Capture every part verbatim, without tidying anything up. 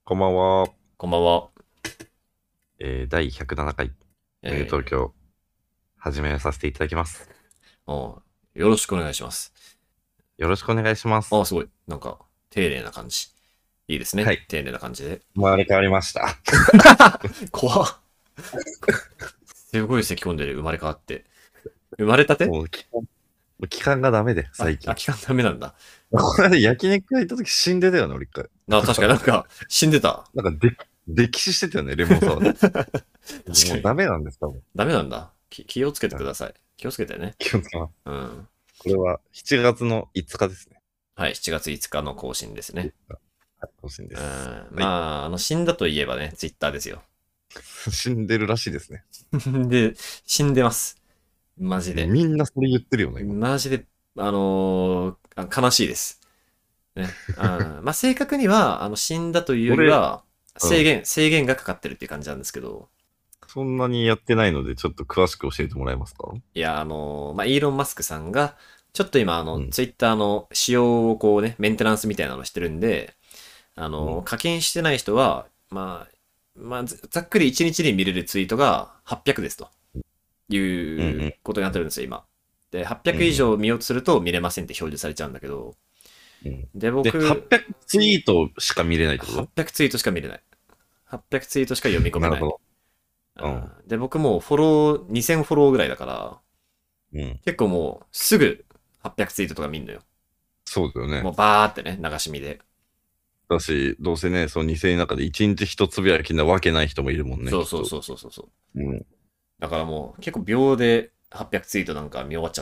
こんばんは。 こんばんは。 えー、だいひゃくななかい、 えメール東京、始めさせていただきます。 ー、おうよろしくお願いします。 よろしくお願いしまあ、 す。 すごい。なんか、丁寧な感じ。いいですね。 はい。 丁寧な感じで。 生まれ変わりました。 怖っ。すごい咳込んでる。生まれ変わって。生まれたてもう期間、もう期間がダメで、 あ、 最近。 あ、期間ダメなんだ。 これで焼肉屋行った時死んでたよね、俺一回。 あ、確かになんか、死んでた。 なんかで、溺死してたよね、レモンサワーで。 確かに。 もうダメなんです、多分。 ダメなんだ。き気をつけてはい。 ください。気をつけてね。 気をつけます。 うん。 これはしちがつのいつかですね。 はい、しちがついつかの更新ですね。 はい、更新でうす。 ん。 はい。 まあ、あの、死んだといえばね、ツイッターですよ。 死んでるらしいですね。 で、死んでます。マジもうで。 みんなそれ言ってるよね、今。 マジで、あのーあ悲しいです。ね。あまあ、正確には、あの、死んだというより俺、 は、 うん。 制限、制限がかかってるっていう感じなんですけど、 そんなにやってないので、ちょっと詳しく教えてもらえますか？ いや、あのーまあ、イーロン・マスクさんが、ちょっと今、あの、 うん。 ツイッターの仕様をこうね、メンテナンスみたいなのしてるんで、あのーうん。 課金してない人は、まあ、まあ、ざざっくりいちにちに見れるツイートがはっぴゃくですというん。 うことになってるんですよ、今。で、800以うん。 上見ようとすると見れませんって表示されちゃうんだけど、 うん。 で、 で、 僕、 はっぴゃくツイートしか見れないってこと？ はっぴゃくツイートしか見れない。はっぴゃくツイートしか読み込めない。 なるほど。うん。 うんで、僕もうフォロー、にせんフォローぐらいだから、 うん。 結構もうすぐはっぴゃくツイートとか見んのよ。 そうだよね。 もうバーってね、流し見で。 だし、どうせね、そのにせんえんの中でいちにち一つぶやきなわけない人もいるもんね、きっと。 そうそうそうそうそうそう。 うん。 だからもう結構秒ではっぴゃくツイートなんか見終わっちゃって、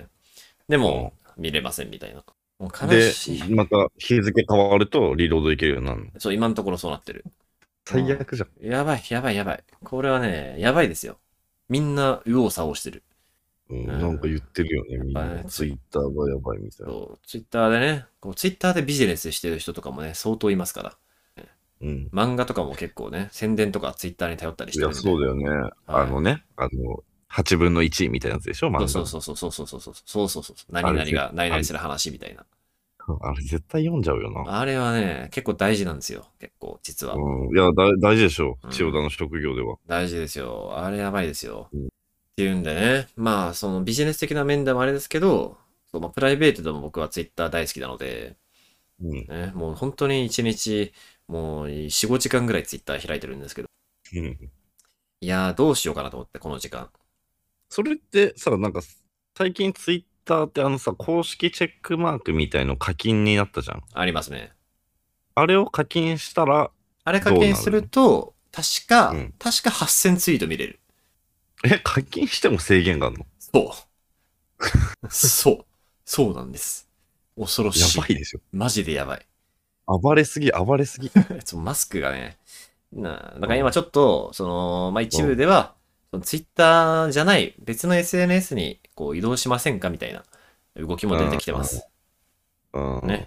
でもう見れませんみたいな。もうん。で、 悲しい。 また日付変わるとリロードできるようになるの。 そう、今のところそうなってる。も最悪じゃん。 う、やばい、やばい、やばい。これはね、やばいですよ。みんな右往左往してる。 うん。なんかうん。 言ってるよね、みんな。 やっぱね、ツイツイッターがやばいみたいな。 そう、ツイッターでね、こうツイッターでビジネスしてる人とかもね、相当いますから。 うん。 漫画とかも結構ね、宣伝とかツイッターに頼ったりしいや、 てるんで。 そうだよね。あはい。 のね、あの、はちぶんのいちみたいなやつでしょ、 そう漫画の。 そうそうそうそうそうそうそうそうそうそう。何あれぜ、 々が何あれ、 々する話みたいな。 あれ絶対読んじゃうよな。 あれはね、結構大事なんですよ。結構、実は。 うん。いや、だ、大事でしょう。 うん。 千代田の職業では。 大事ですよ。あれやばいですよ。 うん。 っていうんでね。まあ、そのビジネス的な面でもあれですけど、そうまあ、プライベートでも僕はツイッター大好きなので、 うん。 ね、もう本当に一日、もうよん、ごじかんぐらいツイッター開いてるんですけど、 うん。 いやー、どうしようかなと思って、この時間。 それってさ、なんか、最近ツイッターってあのさ、公式チェックマークみたいの課金になったじゃん。 ありますね。 あれを課金したらあれ課金するどうなるの？ と、確か、 うん。 確かはっせんツイート見れる。 え、課金しても制限があるの？ そう。そう。そうなんです。恐ろしい。 やばいでしょ。 マジでやばい。 暴れすぎ、暴れすぎ。 そのマスクがね、な、だかうん。 ら今ちょっと、その、まあ、一部うん。 では、そのツイッターじゃない別の エスエヌエス にこう移動しませんかみたいな動きも出てうん。 きてます。 うん。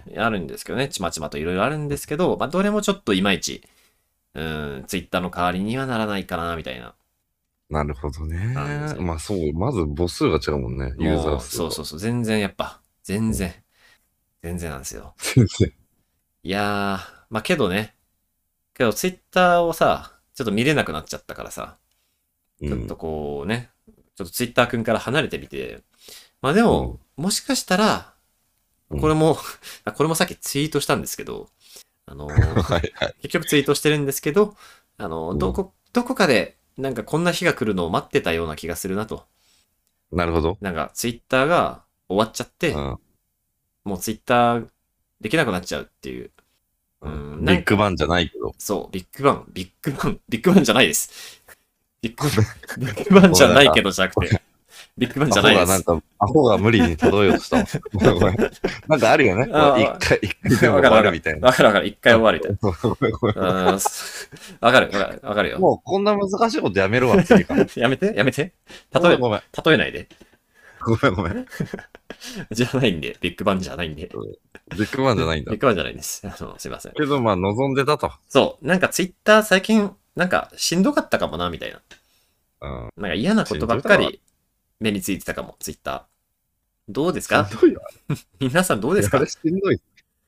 ね、あるんですけどね、ちまちまといろいろあるんですけど、まあ、どれもちょっといまいち、うん、ツイッターの代わりにはならないかな、みたいななるほどね。 感じ。 まあそう、まず母数が違うもんね、ユーザーもう、 数が。 そうそうそう、全然やっぱ、全うん。 然、全然なんですよ。 全然。 いやー、まあけどね、けどツイッターをさ、ちょっと見れなくなっちゃったからさ、ちょっとうん。 こうね、ちょっとツイッターくんから離れてみて、まあでも、 うん。 もしかしたら、 うん。 これもこれもさっきツイートしたんですけど、あのーはいはい。 結局ツイートしてるんですけど、あのーうん。 どこ、どこかで、なんかこんな日が来るのを待ってたような気がするなと。 なるほど。 なんかツイッターが終わっちゃって、 うん。 もうツイッターできなくなっちゃうっていう。 うん。 うん、なんか、 ビッグバンじゃないけど。 そう、ビッグバン、ビッグバン、ビッグバンじゃないです。ビッグ、 ごめん、 ビッグバンごめん、なんか、 じゃないけどじゃなくて、ビッグバンアじゃないです。 ホがなんか、アホが無理に届ようとしたわ。ごめんごめん。なんかあるよね。こう、一あ回、一回あ、 全部終わかるわかる。 わるみたいな。 わかるわかる。一回あ、 終わりで。 ごめんごめんごめん。 あーすわかるわかるわかるよ。 もうこんな難しいことやめるわ、次から。 やめてやめて。例え、 ごめんごめん。 例えないで。 ごめんごめん。 じゃないんで。ビッグバンじゃないんで。 ビッグバンじゃないんだ。 ビッグバンじゃないんです。あの、すいません。 けど、まあ、望んでたと。 そう。なんかツイッター最近、なんかしんどかったかもな、みたいな。 うん。 なんか嫌なこしとんどいだろ。 ばっかり目についてたかも、ツイッター。どうですか？ しんどいよ。 皆さんどうでいや、あれすか？ しんどい。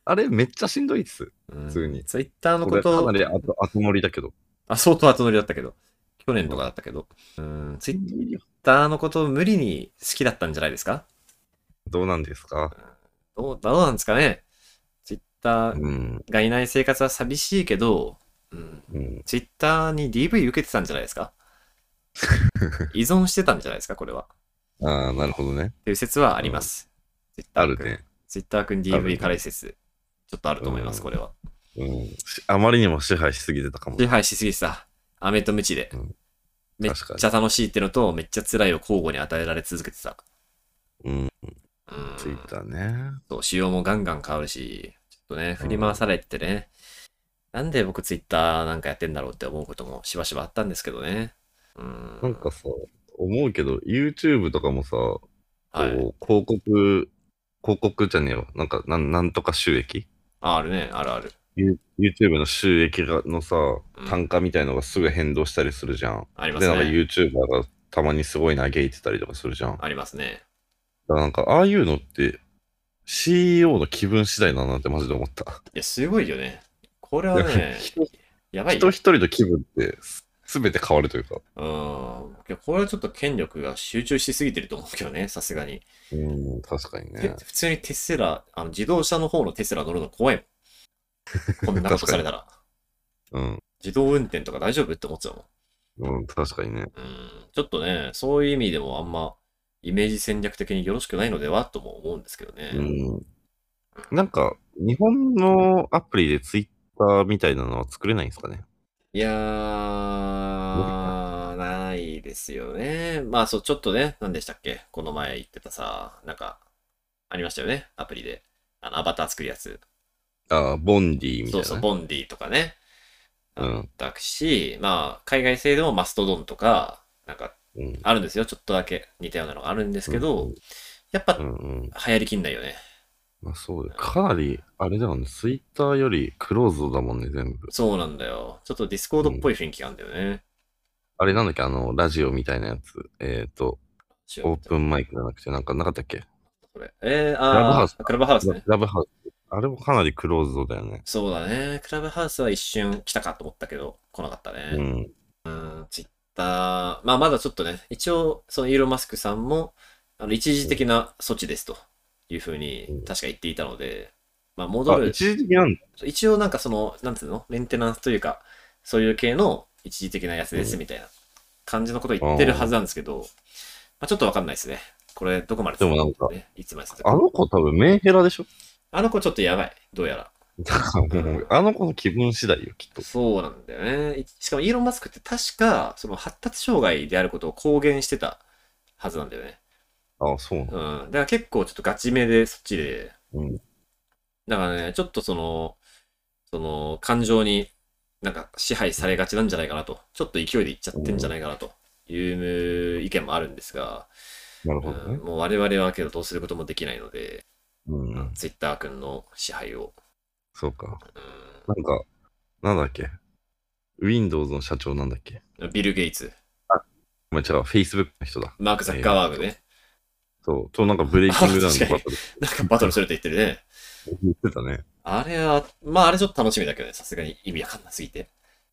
あれめっちゃしんどいっす。 普普通に。 ツイッターのこ俺かなと、 り後後乗りだけど。 あ、相当後乗りだったけど。去年とかだったけど。うん、ツイッターのことを無理に好きだったんじゃないですか？ どうなんですか？ どう、どうなんですかね。ツイッターうん。 がいない生活は寂しいけど、うん、 うん。 ツイッターに ディーブイ 受けてたんじゃないですか？依存してたんじゃないですか、これは。 ああ、なるほどね。 っていう説はあります。ツイッターくん。 あるね。 ツイッターくん ディーブイ から説、ちょっとあると思います、 うんこれは。 うん。しあまりにも支配しすぎてたかも。 支配しすぎてた。飴とムチで。 うんめっ確かにちゃ楽しいってのと、めっちゃ辛いを交互に与えられ続けてた。 うん。 うん。 ツイッターね。 そう、仕様もガンガン変わるし、ちょっとね、振り回されてね、なんで僕ツイッターなんかやってんだろうって思うこともしばしばあったんですけどね。うん。 なんかさ、思うけど、YouTube とかもさ、こう、 はい。 広告、広告じゃねえよ。なんか、なんなんとか収益あ、あるね、あるある。 ユ ?YouTube の収益がのさ、 うん単価みたいのがすぐ変動したりするじゃん。で、なんかありますね。 YouTuber がたまにすごい嘆いてたりとかするじゃん。だかありますね。 らなんか、ああいうのって、シーイーオー の気分次第だなってマジで思った。 いや、すごいよね。これでもはね、 人やばいよ。 人一人の気分ってすべて変わるというか。 うん。いやこれはちょっと権力が集中しすぎてると思うけどね、さすがに。 うん、確かにてね。 普通にテスラ、あの自動車の方のテスラ乗るの怖いもん。こんなことされたら。 うん、 自動運転とか大丈夫って思っちゃうもん。 うん、確かにね。 うん。ちょっとね、そういう意味でもあんま、イメージ戦略的によろしくないのではとも思うんですけどね。 うん。なんか、日本のアプリで Twitter みたいなのは作れないんですかね。 いやー、ないですよね。まあそう、ちょっとね、何でしたっけこの前言ってたさ、なんか、ありましたよね、アプリで。あの、アバター作るやつ。 ああ、ボンディみたそうそう、 いなね。 ボンディとかね。あっうん、 たし、まあ、海外製でもマストドンとか、なんか、 うん、 あるんですよ。ちょっとだけ似たようなのがあるんですけど、やっぱ、 うん、うん。 流行りきんないよね。 まあそうだよ。かなり、あれだよね。Twitter よりクローズドだもんね、全部。 そうなんだよ。ちょっとディスコードっぽい雰囲気があるんだよね。 あれなんだっけ、あの、ラジオみたいなやつ。えっと、 しようオープンマイクじゃなくて、なんかなかったっけ？ これ。えー、 クラブハウスか。 あー、クラブハウスクね。 ラブハウス。あれもかなりクローズドだよね。 そうだね。クラブハウスは一瞬来たかと思ったけど、来なかったね。 うん。 うん、ツイッター、まあまだちょっとね、一応、そのイーロン・マスクさんも、あの、一時的な措置ですというふうにうん確か言っていたので、まあ戻あ、 る、 一時的なんだ。 一応なんかその、なんつうのメンテナンスというか、そういう系の一時的なやつですみたいな感じのことを言ってるはずなんですけど、まあちょっとわかんないですね。これ、どこまで続くでもなんか、 ね、いつまで続くか。 あの子多分メンヘラでしょ？ あの子ちょっとやばい。どうやら。 だからもう、あの子の気分次第よ、きっと。 そうなんだよね。しかもイーロン・マスクって確か、その発達障害であることを公言してたはずなんだよね。 ああ、そうなうの。 ん。だから結構ちょっとガチめでそっちで、 うん。 だからね、ちょっとその、その、感情になんか支配されがちなんじゃないかなと。ちょっと勢いでいっちゃってんじゃないかなという意見もあるんですが、 なるうほどね。 ん、もう我々はけどどうすることもできないので、 うん。 ツイッター君の支配を。 そうか。 うなんか、なんだっけ ?Windows の社長なんだっけ？ ん、ビル・ゲイツ、 ごめん、違う、Facebook の人だ。 マーク・ザッカーバーグね。 そう、となんかブレイキングダウンあ確かにのバトルなんかバトルすると言ってるね。 言ってたね。 あれは、まああれちょっと楽しみだけどね、さすがに意味わかんなすぎて。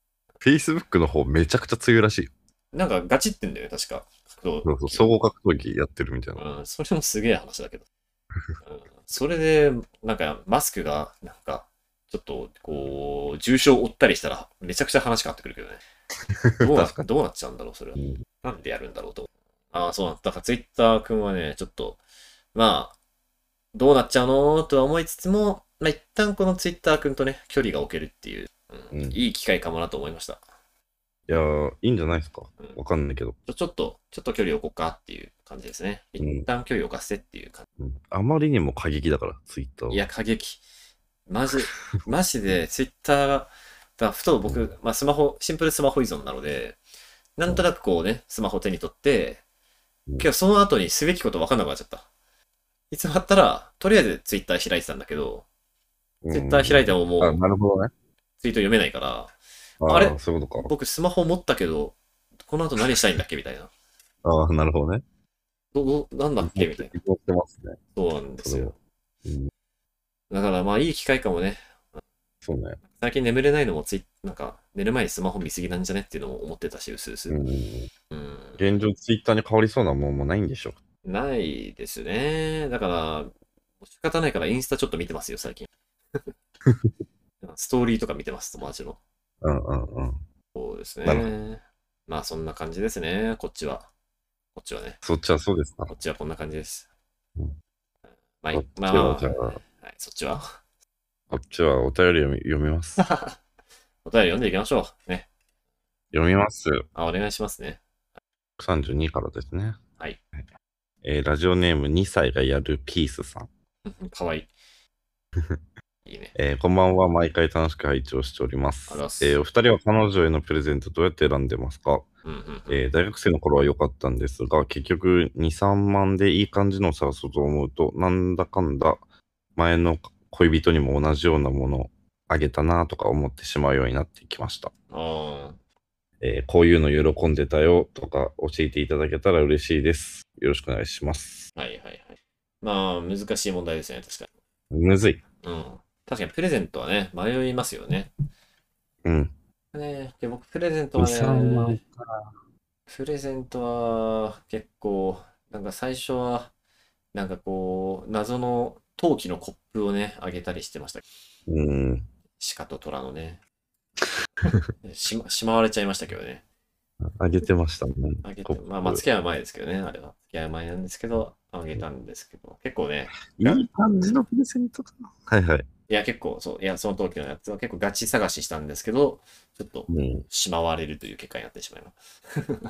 Facebook の方めちゃくちゃ強いらしいよ。 なんかガチってんだよね、確か。格そうそう、総合格闘技やってるみたいな。 うん、それもすげえ話だけど。うん、それで、なんかマスクが、なんか、ちょっと、こう、重傷を負ったりしたら、めちゃくちゃ話変わってくるけどね。どうな確かに。 どうなっちゃうんだろう、それは。 うんなんでやるんだろうと。ああ、そうなんだ。だからツイッター君はね、ちょっと、まあ、どうなっちゃうのとは思いつつも、まあ一旦このツイッター君とね、距離が置けるっていう、うんうんいい機会かもなと思いました。 いやー、いいんじゃないですか。 うんわかんないけど。 ちょちょっと、ちょっと距離を置こうかっていう感じですね。 うん一旦距離を置かせてっていう感うんあまりにも過激だから、ツイッターは。 じ。いや、過激。マジ、マジでツイッターが、だからふと僕、 うんまあスマホ、シンプルスマホ依存なので、なんとなくこうね、スマホ手に取って、 うんけどその後にすべきこと分かんなくなっちゃった。いつもあったら、とりあえずツイッター開いてたんだけど、 うんツイッター開いてももあ、 うなるほどね。 ツイート読めないから、 ああれあ、そういうことか。 僕スマホ持ったけど、この後何したいんだっけみたいな。 ああ、なるほどね。 ど、ど、なんだっけみたいな。 移行してますね。 そうなんですよ。 うんだからまあいい機会かもね。 そうね。 最近眠れないのもつい、なんか寝る前にスマホ見すぎなんじゃねっていうのも思ってたし、うすうす。 うん。 うん。 現状ツイッターに変わりそうなもんもないんでしょ。 ないですね。だから、仕方ないからインスタちょっと見てますよ、最近。ストーリーとか見てます、友達の。 うんうんうん。 そうですなるほど。 ね。まあそんな感じですね、こっちは。こっちはね。 そっちはそうですか。 こっちはこんな感じです。 うん、 まあ、 こっまあまあ、 ちはじゃあ、 はい、そっちはこっちはお便り読み読みます。 お便り読んでいきましょう。ね。 読みます。 あ、お願いしますね。 さんじゅうにからですね。 はい。 えーラジオネームにさいがやるピースさん。 かわいい。いいね。 えーこんばんは。毎回楽しく拝聴しておりまあす。 ります。 えーお二人は彼女へのプレゼントどうやって選んでますか？ うんうんうん。 えー大学生の頃は良かったんですが、結局に、さんまんでいい感じのを探そうと思うと、なんだかんだ前の恋人にも同じようなものをあげたなとか思ってしまうようになってきました。 あえーこういうの喜んでたよとか教えていただけたら嬉しいです。よろしくお願いします。 あ。はいはいはい。まあ、難しい問題ですね、確かむずい。 に。うん。確かにプレゼントはね、迷いますよね。 うん。 ねで、僕、プレゼントはに、さんまんね、 か。 プレゼントは結構、なんか最初は、なんかこう、謎の陶器のコップをね、あげたりしてました。 うん。 鹿と虎のね。しま、しまわれちゃいましたけどね。 あげてましたね。 あげて、 コッまあ、まあ、 プ。 付き合う前ですけどね、あれは。付き合う前なんですけど、あげたんですけど、結構ね、が、 いい感じのプレゼントかな。はいはい。 いや、結構、そう、いや、その時のやつは結構ガチ探ししたんですけど、ちょっと、 うん。 しまわれるという結果になってしまいます。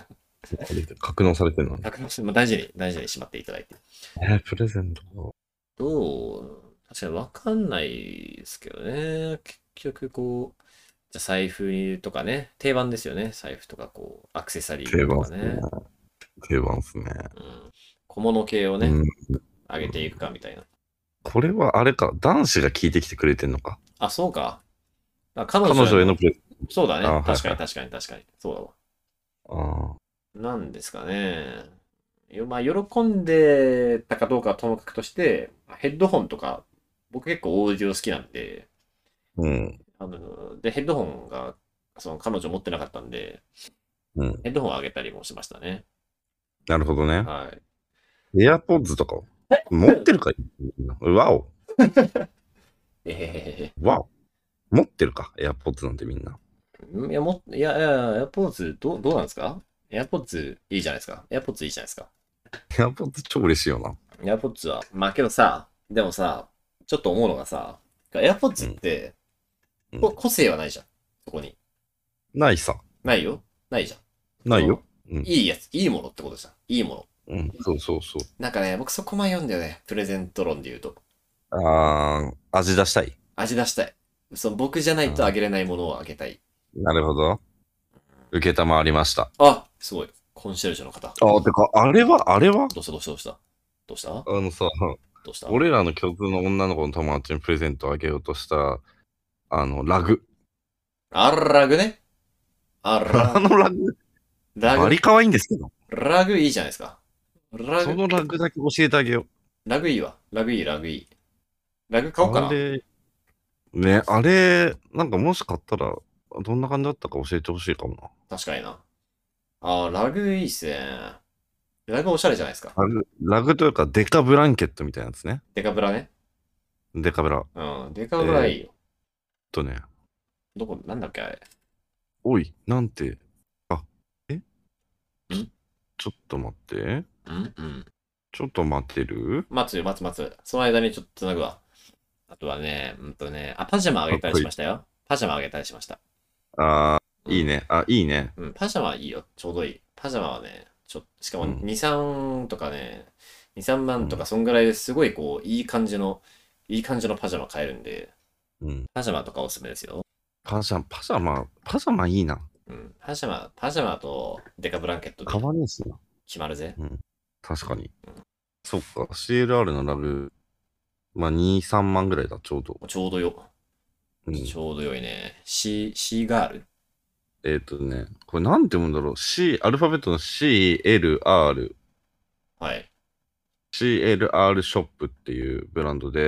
これで格納されてるのね。 確認して、まあ、大事に、大事にしまっていただいて。 えープレゼント。 どう、確かにわかんないですけどね。結局、こう、じゃあ財布とかね、定番ですよね。財布とか、こう、アクセサリーと定番っすね。 かね。 定番っすね。 うん。小物系をね、 うん。 上げていくかみたいな。 これはあれか、男子が聞いてきてくれてんのか。 あ、そうか。あ彼彼女への、 女へのプレゼント。あ、 そうだね。 はいはい。 確かに確かに確かに。そうだわ。 あなんですかね。よまあ、喜んでたかどうかはともかくとして、ヘッドホンとか、僕結構オーディオ好きなんで、 ーうん。 あの、で、ヘッドホンが、その彼女持ってなかったんで、 うん。 ヘッドホンをあげたりもしましたね。 なるほどね。 はい。 エアポッズとかを持ってるかい？わお。 えへへへわお。持ってるか、エアポッズなんてみんな。 へ。いや、も、いや、いや、エアポッツ、どう、どうなんですか？エアポッツいいじゃないですか。エアポッツいいじゃないですか。 エアポッズ超嬉しいよな。 エアポッツは、まあけどさ、でもさ、ちょっと思うのがさ、エアポッツっうん。 て、 うん。 こ個性はないじゃん。そこに。 ないさ。 ないよ。ないじゃん。その、 ないよ。うん。 いいやつ、いいものってことじゃん。いいもの。 うん。そうそうそう。 なんかね、僕そこ迷うんだよね。プレゼント論で言うと。 あー、味出したい。 味出したい。その僕じゃないとああげれないものをあげたい。 ーなるほど。受けたまわりました。 あ、すごい。コンシェルジュの方。 あ、てか、あれは、あれはどうしたどうしたどうしたどうしたあのさ、 どうした俺らの共通の女の子の友達にプレゼントあげようとした、あの、ラグ。 あラグね。ああラ、 のラグ、 ラグ、 バリ可愛いんですけど。 ラグいいじゃないですか。ラグ、 そのラグだけ教えてあげよう。 ラグいいわ。ラグいい、ラグいい。ラグ買おうかな。 あれ、ね、あれ、なんかもし買ったら、どんな感じだったか教えてほしいかもな。 確かにな。あー、ラグいいっすね。ラグおしゃれじゃないですか。 ラグ、ラグというか、デカブランケットみたいなやつね。 デカブラね。 デカブラ。 うん、デカえー、っブラいいよ。 とね、 どこ、なんだっけあれ。 おい、なんて、あ、えちょ、 んちょっと待って。 んうん。 ちょっと待ってる待つよ、待つ待つ。その間にちょっと繋ぐわ。あとはね、うんとね、あ、パジャマあげたりかっこいい。 しましたよ。パジャマあげたりしました。 あー、いいうん。 ね。あ、いいね。 うん、パジャマはいいよ。ちょうどいい。パジャマはね、ちょ、しかもうん。 に、さんとかね、に、さんまんとか、 うん。 そんぐらいですごいこう、いい感じの、いい感じのパジャマ買えるんで、 うん。 パジャマとかおすすめですよ。 パジャマ、パジャマ、パジャマいいな。 うん。パジャマ、パジャマとデカブランケットかでわねえしな。 決まるぜ。 うん。確かに。 うん。 そっか。シーエルアール のラグ、まあ、に、さんまんぐらいだ、ちょうど。 ちょうどよ。 うん。 ちょうどよいね。シー、シーガールえっ、とね、これなんて読むんだろう。C、アルファベットの シーエルアール、 はい。 シーエルアール ショップっていうブランドで、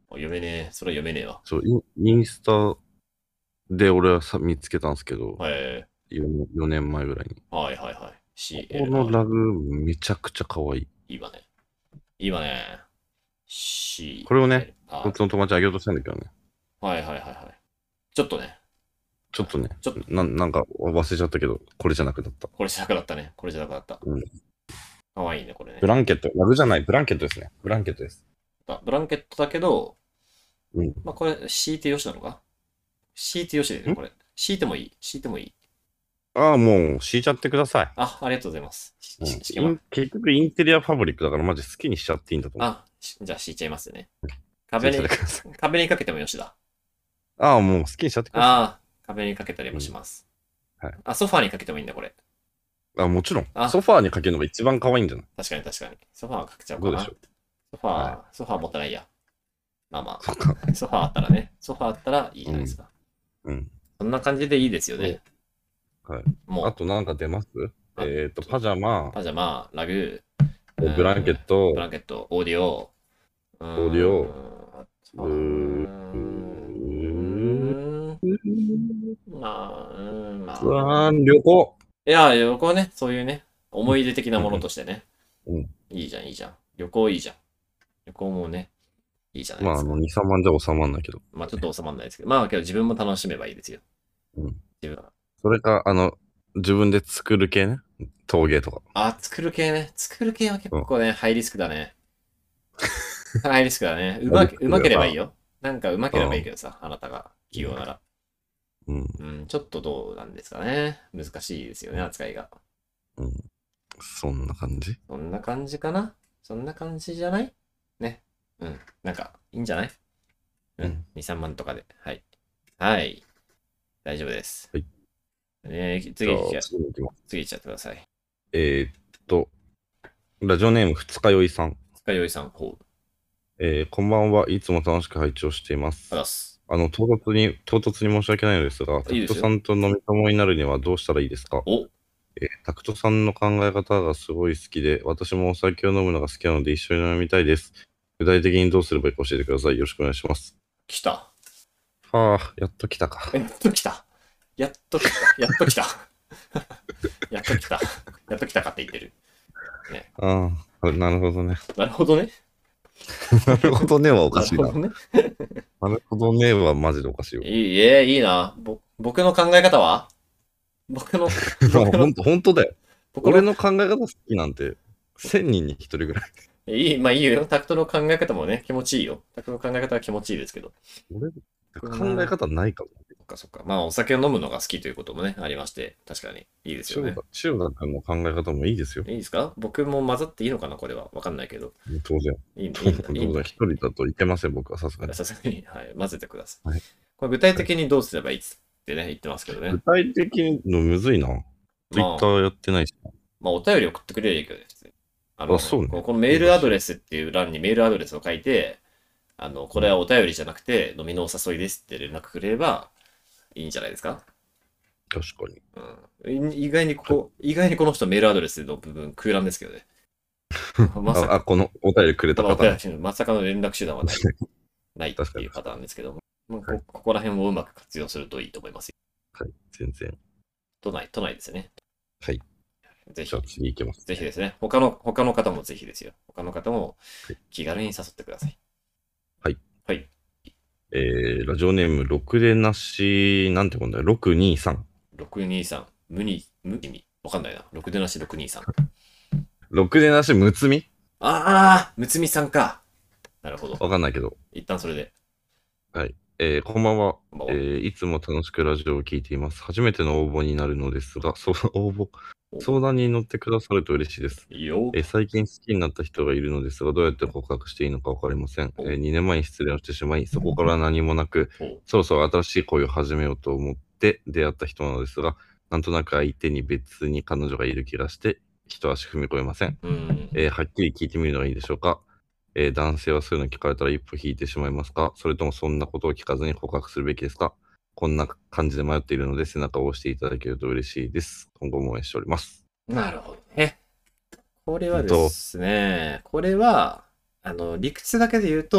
読めねえ。それは読めねえわ。 そう、インインスタで俺はさ見つけたんですけど、 はい。 よねん、よねんまえぐらいに。 はいはいはい。 ここシーエルアール。 のラグめちゃくちゃ可愛い。 いいわね。いいわね。 これをね、こっシーエルアール。 ちの友達あげようとしたんだけどね。 はいはいはいはい。ちょっとね。 ちょっとね、 ちょっと、 ななんか忘れちゃったけど、これじゃなくなった。 これじゃなくなったね。これじゃなくなった。 うん。 かわいいね、これね。 ブランケット、ラグじゃない、ブランケットですね。ブランケットです。 あブランケットだけど、 うん。 まあこれ敷いてよしなのか敷いてよしですね、 んこれ。敷いてもいい敷いてもいいああ、もう敷いちゃってください。 あ、ありがとうございます。しうん、 し敷けまイン結局インテリアファブリックだからマジ好きにしちゃっていいんだと思う。 あ、しじゃあ敷いちゃいますね。 敷いちゃっ壁に、 てください。 壁にかけてもよしだ。 ああ、もう好きにしちゃってくださああ、壁にかけたりもします。 うんはい。 あ、ソファーにかけてもいいんだ、これ。 い。あ、もちろん。 あソファーにかけるのが一番可愛いんじゃない？ 確かに確かに。ソファーかけちゃおうかな。 どうでしょう？ ソファー、 はソファー持ってないや。まあまそっか。 あ、ソファーあったらね。ソファーあったらいいじゃないですか。 うん。 そんな感じでいいですよね。 はい。 もう、 あとなんか出ますあえっ、と、パジャマ、 パジャマ、ラグ、 ブランケッうんト、 ブランケット、オーディオ、うーオーディオ、 ん、あとうはうー、うーん、 ー、 まあ、うーん、まうあ。 わー、旅行。 いや、旅行ね、そういうね、思い出的なものとしてね。 うん。 いいじゃん、いいじゃん。旅行いいじゃん。旅行もね、いいじゃないまあ、あの、 ですか。 に、さんまんじゃ収まんないけど。 まあちょっと収まんないですけど、まあけど自分も楽しめばいいですよ。 うん。 自分は。 それか、あの、自分で作る系ね。陶芸とか。 あ、作る系ね。作る系は結うん。 構ね、ハイリスクだね。ハイリスクだね。うあれまけ、うまければいいよ。 よ。なんかうまければいいけどさ、あなたが器用なら。 うん。 うん、ちょっとどうなんですかね。難しいですよね、扱いが。 うん。そんな感じ。 そんな感じかなそんな感じじゃないね。うん。なんか、いいんじゃないうん。 うん。 に、さんまんとかで。はい。はい。大丈夫です。 はい。 ね、 じゃあ、 次行き、 次に行きます。 次行っちゃってください。 えーっと、ラジオネーム二日酔いさん。 深酔いさん、ほう。 えーこんばんはいつも楽しく拝聴していまあす。 ざっす。 あの、唐突に、唐突に申し訳ないのですが、タクトいいですよ。 さんと飲み友になるにはどうしたらいいですか？ お、 えータクトさんの考え方がすごい好きで、私もお酒を飲むのが好きなので一緒に飲みたいです。具体的にどうすればいいか教えてください。よろしくお願いします。 来た。 はあ、やっと来たか。 やっと来た。やっと来た。やっと来た。やっと来た。やっと来たかって言ってる。ね。 ああ、なるほどね。 なるほどね。 なるほどねはおかしいな。 なるほどね。 なるほどねはマジでおかしいよ。 いい、えいいな。ぼ、僕の考え方は僕の、僕の、 ほんと、ほんとだよ。 僕の、 俺の考え方好きなんて、千人に一人ぐらい。 いい、まあいいよ。タクトの考え方もね、気持ちいいよ。タクトの考え方は気持ちいいですけど。 俺、考え方ないかも。 そっかそっか。まあお酒を飲むのが好きということもね、ありまして、確かにいいですよね。 中学、中学の考え方もいいですよ。 いいですか僕も混ざっていいのかなこれは。わかんないけど。 当然。 いい、いいんだ、いいん当然、 だ。 一人だといけません、僕はさすがに。 さすがに、はい、混ぜてください。 はい、 これ具体的にどうすればいいってね、言ってますけどね。 具体的にのむずいな。ツイッターやってないしな。 まあお便り送ってくれるけどね、普通に。あの、 あ、そうね。 ここのメールアドレスっていう欄にメールアドレスを書いて、あの、これはお便りじゃなくて飲みのお誘いですって連絡くれればいいんじゃないですか。 確かに。 うん。意外にここ、意外にこの人メールアドレスの部分空欄ですけどね。まさあ、 か、 あこのお便りくれたお方ね。 便りまさかの連絡手段はない、ないっていうパターンですけども。もうこここら辺をうまく活用するといいと思いますよ。 はい、全然。 都内、都内ですね。 はい。 ぜひじゃあ、次行きます。 ぜひですね。他の、他の方もぜひですよ。他の方も気軽に誘ってください。 はい。 はい。 えー、ラジオネーム、ろくでなし、なんてこんだよ、ろくにさん。 ろくにさん。無に、無意味。わかんないな。ろくでなしろくにさん。 ろくでなし、むつみああむつみさんか。なるほど。 わかんないけど。 一旦それで。 はい。えー、こんばんは。 こんばんはえー、いつも楽しくラジオを聞いています。初めての応募になるのですが、そう、応募、相談に乗ってくださると嬉しいです。 いいよ。 えー最近好きになった人がいるのですが、どうやって告白していいのか分かりません。えーにねんまえに失恋をしてしまい、そこから何もなく、 おそろそろ新しい恋を始めようと思って出会った人なのですが、なんとなく相手に別に彼女がいる気がして、一足踏み越えません。 うん。 えーはっきり聞いてみるのがいいでしょうか。えー男性はそういうの聞かれたら一歩引いてしまいますか？それともそんなことを聞かずに告白するべきですか？こんな感じで迷っているので背中を押していただけると嬉しいです。今後も応援しております。 なるほどね。これはですね、これは、あの、理屈だけで言うと、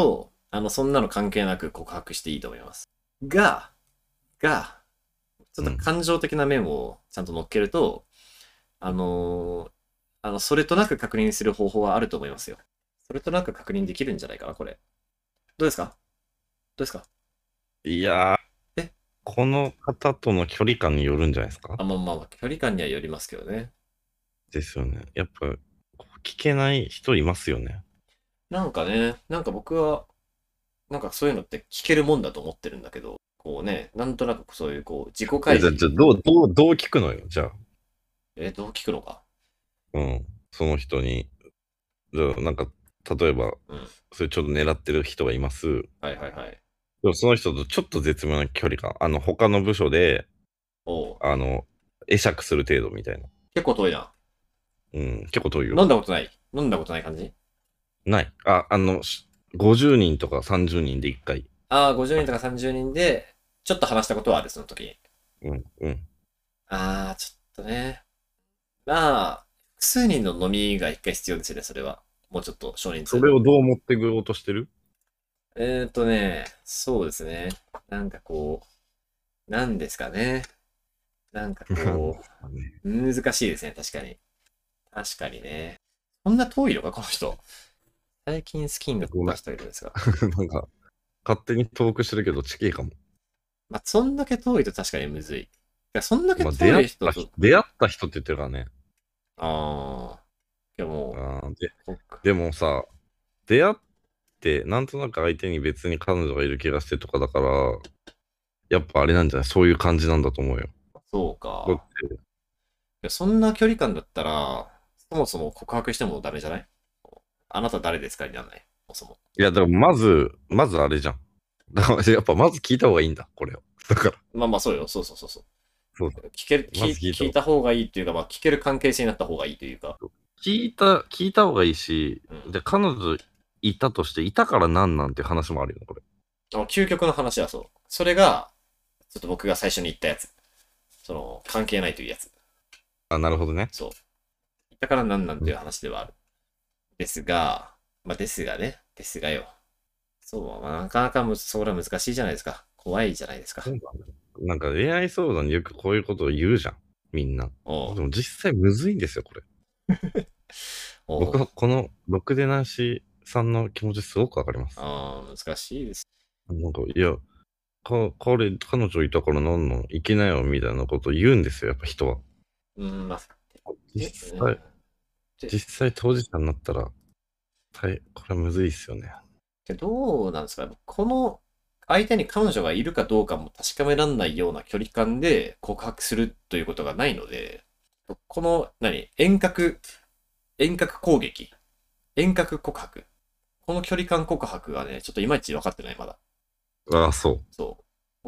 あの、そんなの関係なく告白していいと思います。が、が、ちょっと感情的な面をちゃんと乗っけると、あのーあの、それとなく確認する方法はあると思いますよ。それとなく確認できるんじゃないかな、これ。どうですかどうですかいやー、 えこの方との距離感によるんじゃないですか。 あ、まあまあまあ、距離感にはよりますけどね。 ですよね。やっぱ、聞けない人いますよね。 なんかね、なんか僕は、なんかそういうのって聞けるもんだと思ってるんだけど、こうね、なんとなくそういうこう、自己え、 開示、 じゃあ、じゃあどう、どう、どう聞くのよ、じゃあ。 え、どう聞くのか。 うん。その人に。じゃあ、なんか、例えば、 うん。 それちょっと狙ってる人がいます。 はいはいはい。 でもその人とちょっと絶妙な距離感。あの、他の部署で、 おう。 あの、会釈する程度みたいな。 結構遠いな。 うん、結構遠いよ。 飲んだことない飲んだことない感じ。 ない。あ、あの、しごじゅうにんとかさんじゅうにんでいっかい。 ああ、ごじゅうにんとかさんじゅうにんで、ちょっと話したことはある、その時に。 うん、うん。 ああ、ちょっとね。まあ、複数人の飲みが一回必要ですよね、それは。もうちょっと少人数の。 それをどう持っていこうとしてる？ えーとね、そうですね。なんかこう、なんですかね。なんかなんでこすかね。 う、難しいですね、確かに。確かにね。そんな遠いのか、この人。最近好きになっごめん。 た人いるんですが。 なんか、勝手にトークしてるけど、チキいかも。 まあ、そんだけ遠いと確かにむずい。いや、そんだけまあ、出遠会った人、 い人と、 出会った人って言ってるからね。 ああ、でも、 あーで、 そっか。 でもさ、出会って、なんとなく相手に別に彼女がいる気がしてとかだから、やっぱあれなんじゃない？そういう感じなんだと思うよ。 そうだっか。 て、 いや、そんな距離感だったら、そもそも告白してもダメじゃない？あなた誰ですかにならない。そもそも。 いや、でもまず、まずあれじゃん。だからやっぱまず聞いた方がいいんだ、これを。だから、 まあまあ、そうよ。そうそうそうそう。 そうだ。 聞ける、 ま聞いず聞いた方が聞いた方がいいっていうか、まあ、聞ける関係性になった方がいいというか。 聞いた、聞いた方がいいし、 うん。 で、彼女いたとして、いたからなんなんて話もあるよね、これ。 あ究極の話はそう。それが、ちょっと僕が最初に言ったやつ。その、関係ないというやつ。 あ、なるほどね。 そう。だからなんなんうんていう話ではある。ですが、まあ、ですがね。ですがよ。そう、まあ、なかなかむ、それは難しいじゃないですか。怖いじゃないですか。 そうなんだよ。なんか恋愛相談によくこういうことを言うじゃん、みんな。 おう。 でも実際むずいんですよ、これ。 おう。 僕はこのろくでなしさんの気持ちすごくわかります。 ああ、難しいです。 なんか、いや、か、彼、彼女いたからなんなん行けないよ、みたいなことを言うんですよ、やっぱ人は。 うん、まあ、で、 実際、 うんで、 実際当事者になったら、大これはむずいっすよね。 でどうなんですかこの相手に彼女がいるかどうかも確かめらんないような距離感で告白するということがないので、この、何遠隔、遠隔攻撃遠隔告白この距離感告白がね、ちょっといまいち分かってない、まだ。 ああ、そそう。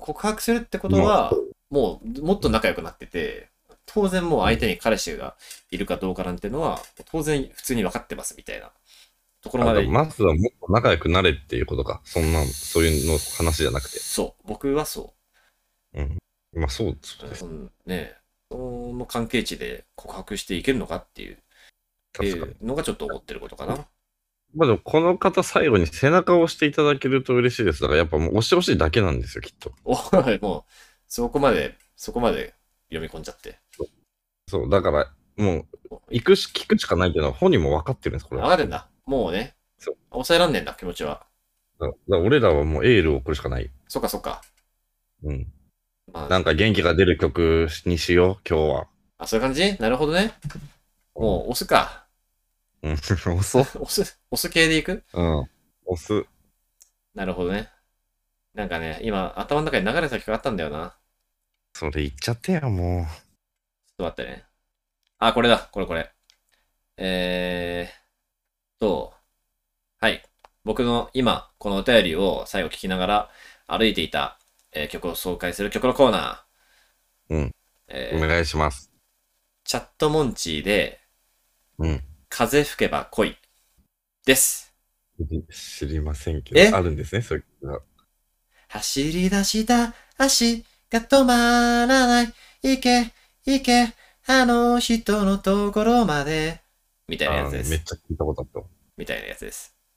告白するってこう。まあ、 とは、もう、もっと仲良くなってて、当然もううん。 相手に彼氏がいるかどうかなんてのは、当然普通に分かってますみたいなところあ、 まで、 でもまずはもっと仲良くなれっていうことか。そんな、そういうの話じゃなくて。 そう。僕はそうん。まあ、そう、そうう。 です。 そのね、その関係値で告白していけるのかっていう、って確かに。 いうのがちょっと思ってることかな。 まあでも、この方最後に背中を押していただけると嬉しいです。だからやっぱもう押してほしいだけなんですよ、きっと。 おい、もう、そこまで、そこまで読み込んじゃって。 そう、だから、もう、 おい行くし、聞くしかないっていうのは本人も分かってるんです、これは。 上がるんだ。もうね、 そう。 抑えらんねえんだ、気持ちは。 だだから俺らはもうエールを送るしかない。 そっかそっか。 うん。 まあ、 なんか元気が出る曲にしよう、今日は。 あ、そういう感じなるほどね。もう、押すか。 うん。押そう。 押す、押す系でいくうん。押す。 なるほどね。なんかね、今、頭の中に流れた曲があったんだよな。 それ言っちゃってよ、もちょっと待ってね。あ、これだ。これこれ。えーと、はい。僕の今、このお便りを最後聞きながら歩いていた、えー曲を紹介する曲のコーナう。うん。 ー。 おえー、 願いします。 チャットモンチーで、 うん。 風吹けば恋です。 知りませんけど、 えあるんですね、そういう曲が。 走り出した足が止まらない。行け、行け、あの人のところまで。みたいなやあー、 つです。 めっちゃ聞いたことあったわ。 みたいなやつです。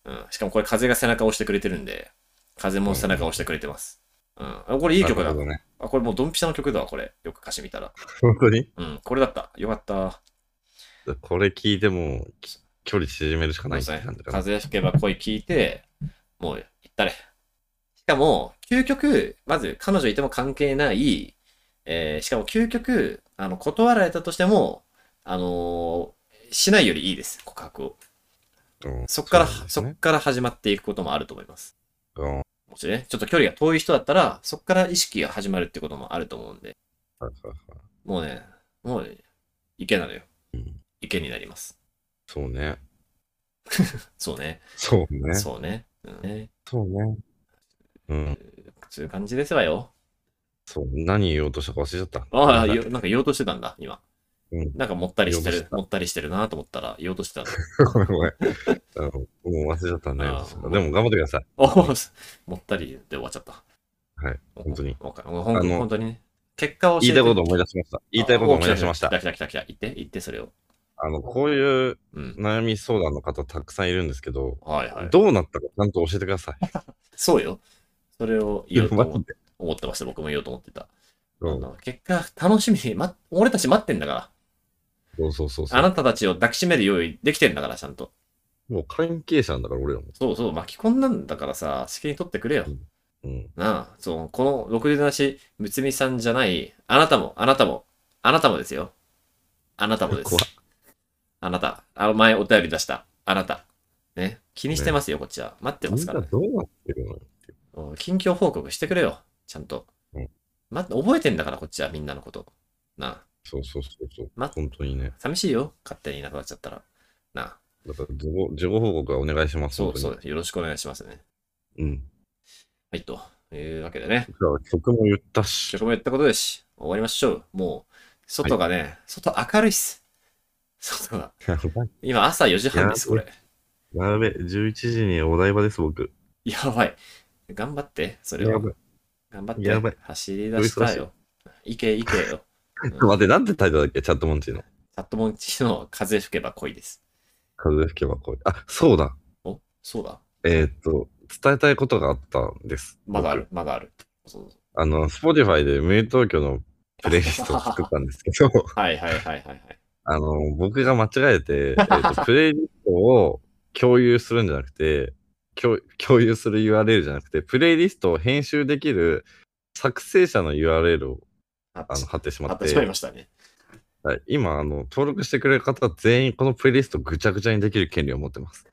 うん。しかもこれ風が背中を押してくれてるんで、風も背中を押してくれてます。うん。あ、これいい曲だ。 なるほどね。 あ、これもうドンピシャの曲だわ、これ。よく歌詞見たら。 本当にうん、これだった。よかった。 これ聞いても、き距離縮めるしかそうですねないって感じ。かな。 風吹けば恋聞いて、もう行ったれ。しかも、究極、まず彼女いても関係ない、えーしかも究極、あの、断られたとしても、あのーしないよりいいです、告白を。 うんそっから、 そうなんですね。 そっから始まっていくこともあると思います。 うん。はいもしね、ちょっと距離が遠い人だったら、そっから意識が始まるってこともあると思うんで、 はいはい。 もうね、もうね、池なのよ。 うん。 池になります。 そうね。 そうね。 そうね。 そうね。うんね。 そうね。うん。 そういう感じですわよ。 そう。何言おうとしたか忘れちゃった。 ああ、 ごめんなさいよなんか言おうとしてたんだ、今。 うん。 なんかもったりしてる、 言おうとしたもったりしてるなと思ったら言おうとしてたんだ。 ごめんごめん。あのもう忘れちゃったんだよ。 あーでも頑張ってください。 おお、もったりで終わっちゃった。 はい。本当に。 おおほんあの本当にね。結果を教えて。 言いたいこと思い出しました。言いたいこと思い出しましたあお来。た来た来た来た。言って、言って、それを。 あの、こういううん。 悩み相談の方たくさんいるんですけど、 はいはい。 どうなったかちゃんと教えてください。 そうよ。それを言おうと思マジで思ってました。僕も言おうと思ってた。 うんあの結果、楽しみに、ま、俺たち待ってんだから。 そうそうそうそう。 あなたたちを抱きしめる用意できてんだから、ちゃんと。 もう関係者なんだから、俺らも。 そうそう、巻き込んだんだからさ、責任取ってくれよ。 うん。 なあ、そう、このろくでなし、むつみさんじゃない、あなたも、あなたも、あなたもですよ。あなたもです怖っ。 あなた。あの前お便り出した。あなた。ね。気にしてますよ、こっちは。待ってまみんすからね。 などうなってるのよ。 うん近況報告してくれよ。ちゃんと。 うん待って、覚えてんだから、こっちはみんなのこと。なあ。 そうそうそうそう。 ま本当にね。 寂しいよ。勝手にいなくなっちゃったら。なあ。 だから、事後、事後報告はお願いします。 そうそ本う。よろしくお願いしますね。 当に。うん。 はい、というわけでね。 じゃあ、曲も言ったし。 曲も言ったことですし、終わりましょう。もう、外がね、外明るいっす。外が。 やばい。 今朝よじはんです、これ。 やべ、じゅういちじにお台場です、僕。 やばい。頑張って、それは。 やばい。 頑張って。 やばい走り出したよ。行け行けよ。 待って、なんてタイトルだっけチャットモンチーの。 チャットモンチの風吹けば恋です。 風吹けばこう。あ、そうだ。 お、そうだ。 えーっと、伝えたいことがあったんです。 まだある、まだある。そうそうあの、Spotify で無東京のプレイリストを作ったんですけど、 はいはいはいはいはい。 あの、僕が間違えて、えーっと、プレイリストを共有するんじゃなくて、共共有する ユーアールエル じゃなくて、プレイリストを編集できる作成者の ユーアールエル をああの貼ってしまっ貼ってしまいて、 ましたね。 はい、今、あの、登録してくれる方は全員このプレイリストをぐちゃぐちゃにできる権利を持ってます。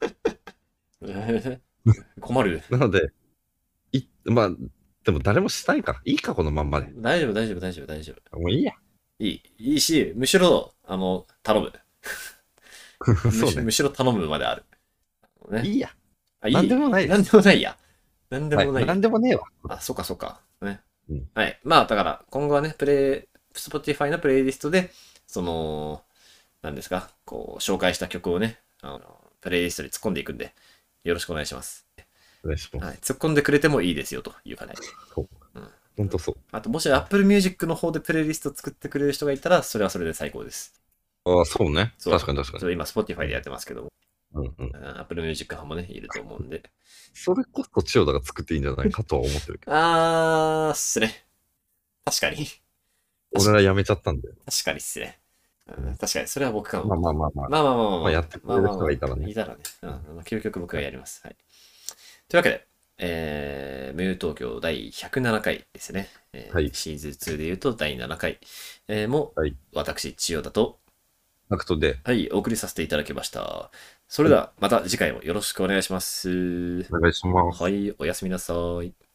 えー困る。 なので、い、まあ、でも誰もしたいか。いいか、このまんまで。 大丈夫大丈夫大丈夫大丈夫。 もういいや。 いい、いいし、むしろ、あの、頼む。むそうね。 しむしろ頼むまである。ね、 いいや。 あいいなんでもないですなんでもないや。なんでもはい。 ないや。 なんでもねえわ。 あ、そうかそうか。ね。 うんはい。まあ、だから、今後はね、プレイ、Spotify のプレイリストで、その、何ですか、こう、紹介した曲をね、あの、プレイリストに突っ込んでいくんで、よろしくお願いします。 お願いします。 はい。突っ込んでくれてもいいですよ、というかね。 そう。 うんほんとそう。 あと、もし Apple Music の方でプレイリスト作ってくれる人がいたら、それはそれで最高です。 ああ、そうね。 そう確かに確かに。 それ今、Spotify でやってますけども、 うんうん。 うん Apple Music 派もね、いると思うんで。 それこそ千代田が作っていいんじゃないかとは思ってるけど。 あー、っすね。確かに。 俺ら辞めちゃったんで。 確かにっすね。うん確かに、それは僕かも。 まあまあまあまあ。 まあまあまあまあ、 まあやってくれる人がいたらねまあまあまあいたらね。うん、まあ究極僕がやります。はい。というわけで、えー、ムー東京だいひゃくななかいですね。えーはいシーズンツーで言うとだいななかい、えーも、 はい私、千代田と、 アクトではい、お送りさせていただきました。それでは、また次回もよろしくお願いします。 お願いします。 はい、おやすみなさい。